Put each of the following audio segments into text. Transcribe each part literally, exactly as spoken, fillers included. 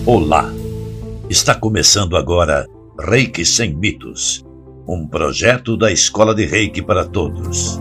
Olá! Está começando agora Reiki Sem Mitos, um projeto da Escola de Reiki para Todos.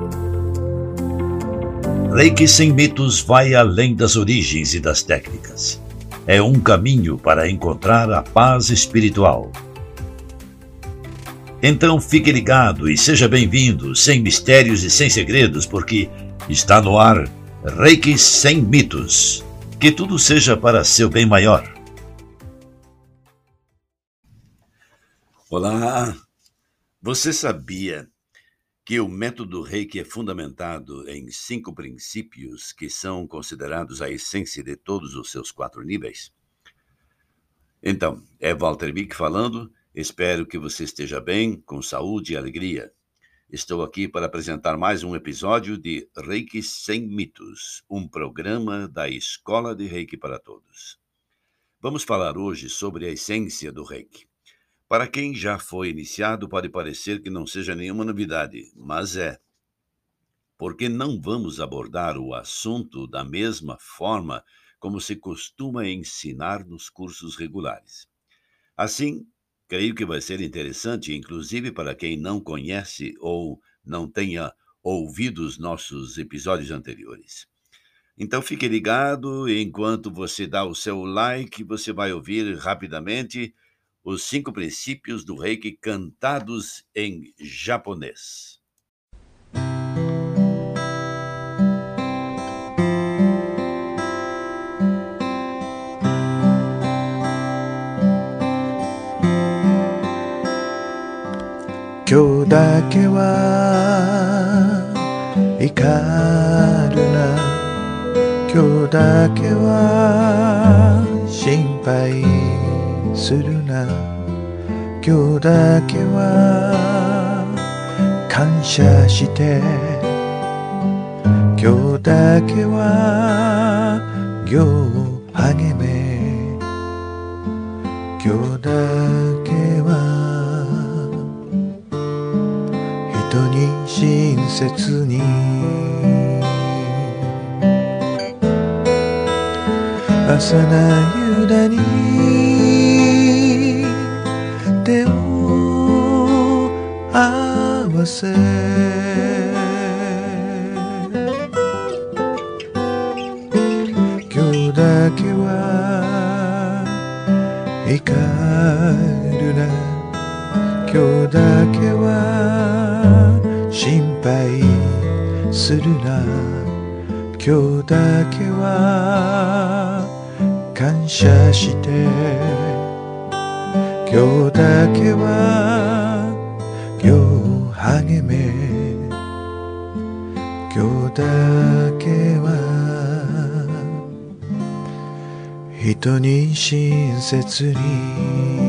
Reiki Sem Mitos vai além das origens e das técnicas. É um caminho para encontrar a paz espiritual. Então fique ligado e seja bem-vindo, sem mistérios e sem segredos, porque está no ar Reiki Sem Mitos. Que tudo seja para seu bem maior. Olá! Você sabia que o método Reiki é fundamentado em cinco princípios que são considerados a essência de todos os seus quatro níveis? Então, é Walter Mick falando. Espero que você esteja bem, com saúde e alegria. Estou aqui para apresentar mais um episódio de Reiki Sem Mitos, um programa da Escola de Reiki para Todos. Vamos falar hoje sobre a essência do Reiki. Para quem já foi iniciado, pode parecer que não seja nenhuma novidade, mas é. Porque não vamos abordar o assunto da mesma forma como se costuma ensinar nos cursos regulares. Assim, creio que vai ser interessante, inclusive para quem não conhece ou não tenha ouvido os nossos episódios anteriores. Então fique ligado e enquanto você dá o seu like, você vai ouvir rapidamente os cinco princípios do Reiki cantados em japonês. Kyou dake wa ikaru na, Kyou dake wa shinpai suru na, Kyou dake wa kansha shite, Kyou dake wa gyo o hageme, Kyou dake wa人に親切に朝な夕だに手を合わせ今日だけは怒るな今日だけは心配するな今日だけは感謝して今日だけは今日励め今日だけは人に親切に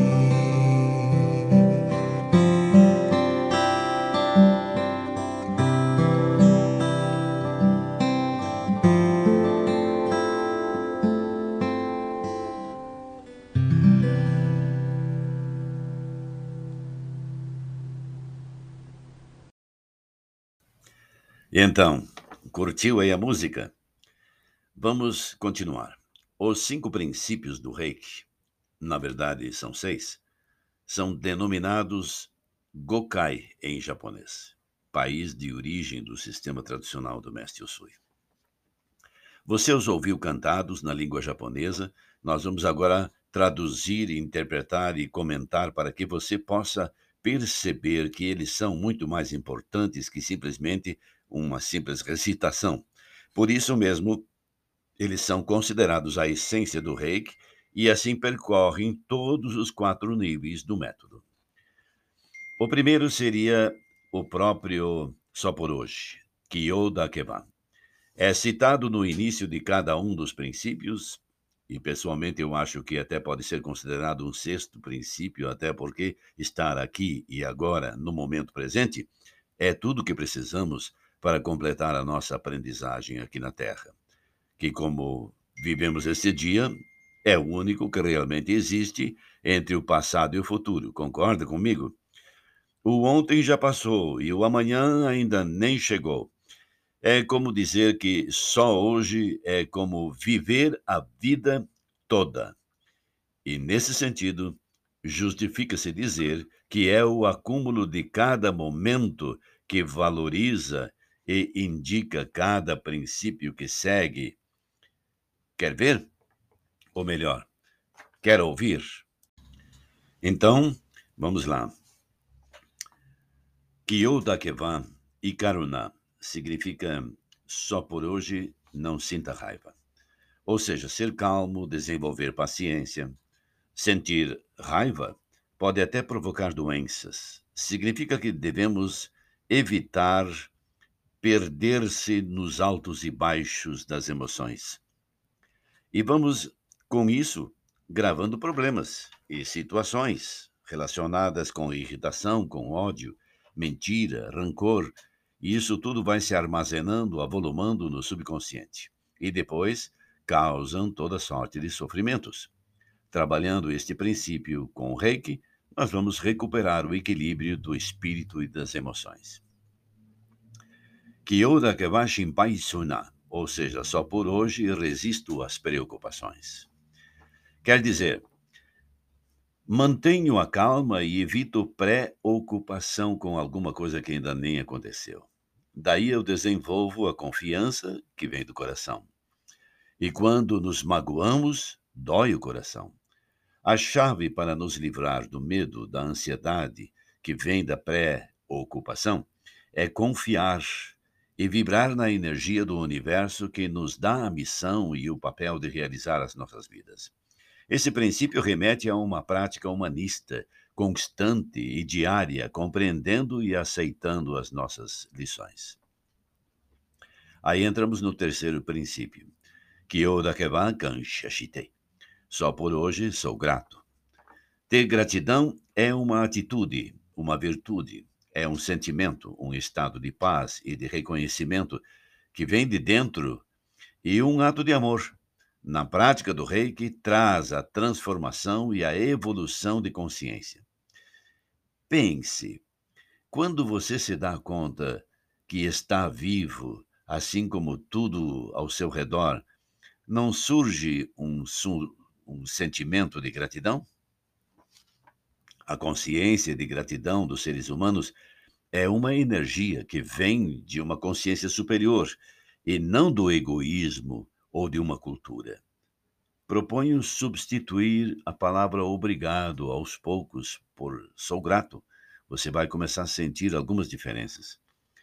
Então, curtiu aí a música? Vamos continuar. Os cinco princípios do Reiki, na verdade são seis, são denominados Gokai em japonês, país de origem do sistema tradicional do Mestre Usui. Você os ouviu cantados na língua japonesa, nós vamos agora traduzir, interpretar e comentar para que você possa perceber que eles são muito mais importantes que simplesmente uma simples recitação. Por isso mesmo, eles são considerados a essência do Reiki e assim percorrem todos os quatro níveis do método. O primeiro seria o próprio Soporoshi, Kyou dake wa. É citado no início de cada um dos princípios, e pessoalmente eu acho que até pode ser considerado um sexto princípio, até porque estar aqui e agora, no momento presente, é tudo que precisamos para completar a nossa aprendizagem aqui na Terra, que como vivemos esse dia, é o único que realmente existe entre o passado e o futuro. Concorda comigo? O ontem já passou e o amanhã ainda nem chegou. É como dizer que só hoje é como viver a vida toda. E, nesse sentido, justifica-se dizer que é o acúmulo de cada momento que valoriza e indica cada princípio que segue. Quer ver? Ou melhor, quer ouvir? Então, vamos lá. Kyodakeva e Karuna significa só por hoje não sinta raiva. Ou seja, ser calmo, desenvolver paciência. Sentir raiva pode até provocar doenças. Significa que devemos evitar perder-se nos altos e baixos das emoções. E vamos, com isso, gravando problemas e situações relacionadas com irritação, com ódio, mentira, rancor. E isso tudo vai se armazenando, avolumando no subconsciente. E depois causam toda sorte de sofrimentos. Trabalhando este princípio com o Reiki, nós vamos recuperar o equilíbrio do espírito e das emoções. Kyoda Keva Shinpai Suna, ou seja, só por hoje resisto às preocupações. Quer dizer, mantenho a calma e evito preocupação com alguma coisa que ainda nem aconteceu. Daí eu desenvolvo a confiança que vem do coração. E quando nos magoamos, dói o coração. A chave para nos livrar do medo, da ansiedade que vem da pré-ocupação é confiar e vibrar na energia do universo que nos dá a missão e o papel de realizar as nossas vidas. Esse princípio remete a uma prática humanista, constante e diária, compreendendo e aceitando as nossas lições. Aí entramos no terceiro princípio, Kyodakeva Kanshashite. Só por hoje sou grato. Ter gratidão é uma atitude, uma virtude, é um sentimento, um estado de paz e de reconhecimento que vem de dentro e um ato de amor. Na prática do Reiki, traz a transformação e a evolução de consciência. Pense, quando você se dá conta que está vivo, assim como tudo ao seu redor, não surge um, um sentimento de gratidão? A consciência de gratidão dos seres humanos é uma energia que vem de uma consciência superior e não do egoísmo ou de uma cultura. Proponho substituir a palavra obrigado aos poucos por sou grato. Você vai começar a sentir algumas diferenças.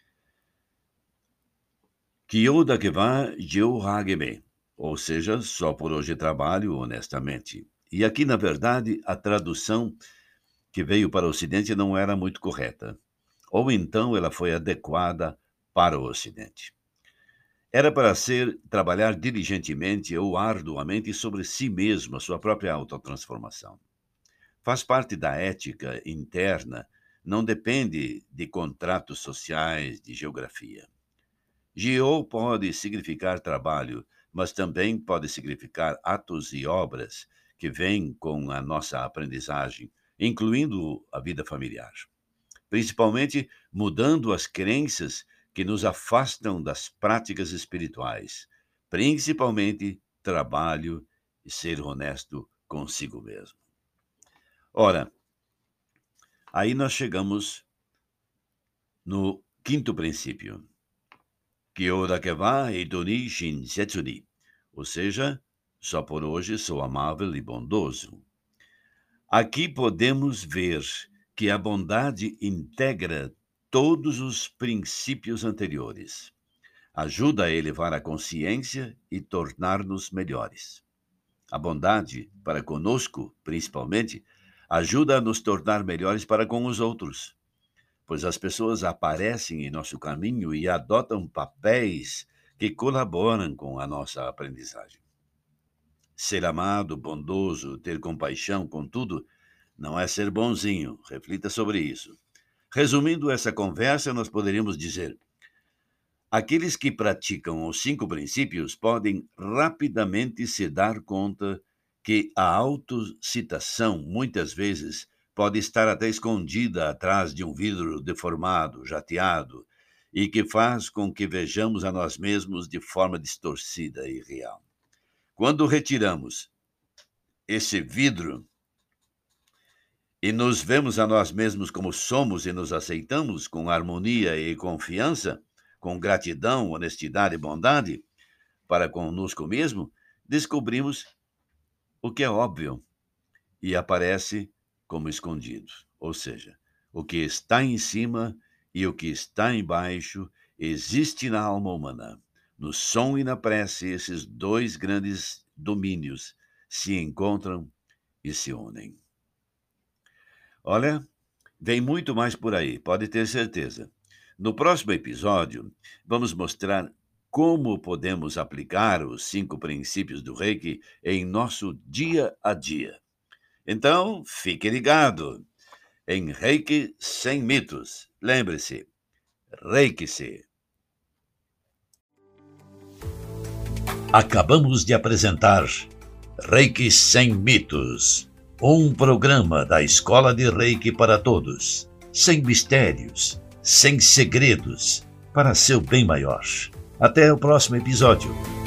Kyodakeva Jyohageme, ou seja, só por hoje trabalho honestamente. E aqui, na verdade, a tradução que veio para o Ocidente não era muito correta. Ou então ela foi adequada para o Ocidente. Era para ser trabalhar diligentemente ou arduamente sobre si mesmo, a sua própria autotransformação. Faz parte da ética interna, não depende de contratos sociais, de geografia. Gyo pode significar trabalho, mas também pode significar atos e obras que vêm com a nossa aprendizagem, incluindo a vida familiar. Principalmente mudando as crenças que nos afastam das práticas espirituais, principalmente trabalho e ser honesto consigo mesmo. Ora, aí nós chegamos no quinto princípio, Kyodakeva Edoni Shinsetsuni, ou seja, só por hoje sou amável e bondoso. Aqui podemos ver que a bondade integra todos os princípios anteriores. Ajuda a elevar a consciência e tornar-nos melhores. A bondade, para conosco, principalmente, ajuda a nos tornar melhores para com os outros, pois as pessoas aparecem em nosso caminho e adotam papéis que colaboram com a nossa aprendizagem. Ser amado, bondoso, ter compaixão com tudo, não é ser bonzinho. Reflita sobre isso. Resumindo essa conversa, nós poderíamos dizer: aqueles que praticam os cinco princípios podem rapidamente se dar conta que a autocitação, muitas vezes, pode estar até escondida atrás de um vidro deformado, jateado, e que faz com que vejamos a nós mesmos de forma distorcida e real. Quando retiramos esse vidro e nos vemos a nós mesmos como somos e nos aceitamos com harmonia e confiança, com gratidão, honestidade e bondade para conosco mesmo, descobrimos o que é óbvio e aparece como escondido. Ou seja, o que está em cima e o que está embaixo existe na alma humana. No som e na prece, esses dois grandes domínios se encontram e se unem. Olha, vem muito mais por aí, pode ter certeza. No próximo episódio, vamos mostrar como podemos aplicar os cinco princípios do Reiki em nosso dia a dia. Então, fique ligado em Reiki Sem Mitos. Lembre-se, Reiki-se. Acabamos de apresentar Reiki Sem Mitos, um programa da Escola de Reiki para todos, sem mistérios, sem segredos, para seu bem maior. Até o próximo episódio.